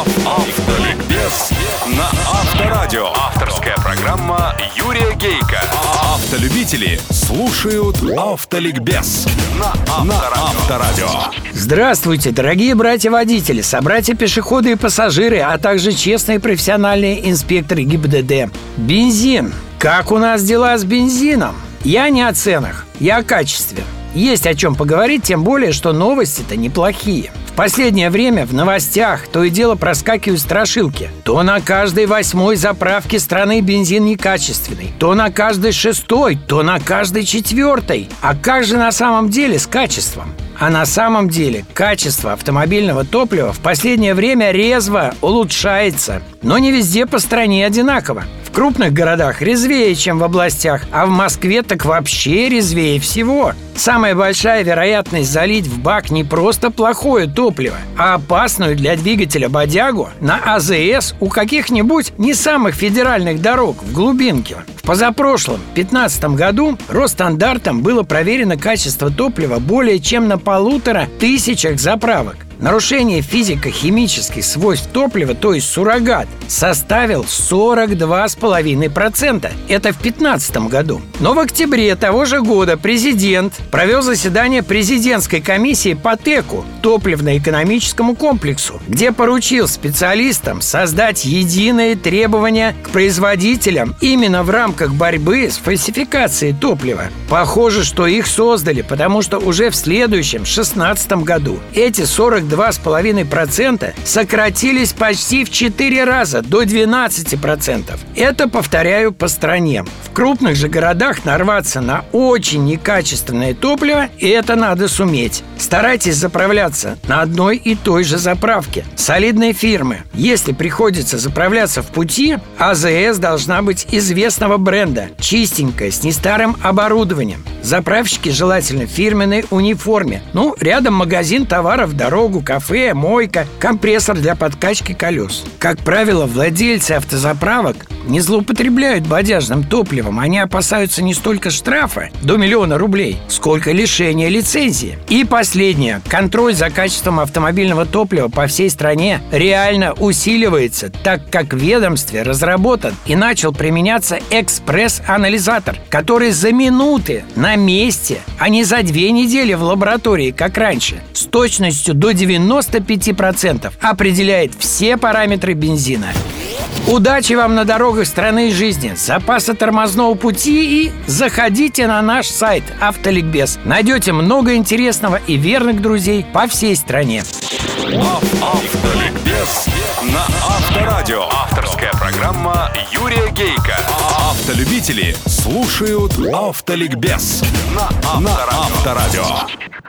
Автоликбез на Авторадио. Авторская программа Юрия Гейка. Автолюбители слушают Автоликбез на Авторадио. Здравствуйте, дорогие братья-водители, собратья-пешеходы и пассажиры, а также честные профессиональные инспекторы ГИБДД. Бензин. Как у нас дела с бензином? Я не о ценах, я о качестве. Есть о чем поговорить, тем более, что новости-то неплохие. В последнее время в новостях то и дело проскакивают страшилки. То на каждой 8-й заправке страны бензин некачественный, то на каждой 6-й, то на каждой 4-й. А как же на самом деле с качеством? А на самом деле качество автомобильного топлива в последнее время резво улучшается. Но не везде по стране одинаково. В крупных городах резвее, чем в областях, а в Москве так вообще резвее всего. Самая большая вероятность залить в бак не просто плохое топливо, а опасную для двигателя бодягу на АЗС у каких-нибудь не самых федеральных дорог в глубинке. В позапрошлом, 2015 году, Росстандартом было проверено качество топлива более чем на 1500 заправок. Нарушение физико-химических свойств топлива, то есть суррогат, составил 42,5%. Это в 2015 году. Но в октябре того же года президент провел заседание президентской комиссии по ТЭКу, топливно-экономическому комплексу, где поручил специалистам создать единые требования к производителям именно в рамках борьбы с фальсификацией топлива. Похоже, что их создали, потому что уже в следующем, 2016 году, эти 42,5% сократились почти в 4 раза, до 12%. Это, повторяю, по стране. В крупных же городах нарваться на очень некачественное топливо, и это надо суметь. Старайтесь заправляться на одной и той же заправке. Солидные фирмы. Если приходится заправляться в пути, АЗС должна быть известного бренда, чистенькая, с нестарым оборудованием. Заправщики желательно в фирменной униформе. Рядом магазин товаров, дорогу, кафе, мойка, компрессор для подкачки колес. Как правило, владельцы автозаправок не злоупотребляют бодяжным топливом. Они опасаются не столько штрафа до 1 000 000 рублей, сколько лишения лицензии. И последнее. Контроль за качеством автомобильного топлива по всей стране реально усиливается, так как в ведомстве разработан и начал применяться экспресс-анализатор, который за минуты на месте, а не за 2 недели в лаборатории, как раньше, с точностью до 95% определяет все параметры бензина. Удачи вам на дорогах страны и жизни, запаса тормозного пути и заходите на наш сайт Автоликбез. Найдете много интересного и верных друзей по всей стране. Автоликбез на Авторадио. Авторская программа Юрия Гейка. Автолюбители слушают Автоликбез на Авторадио.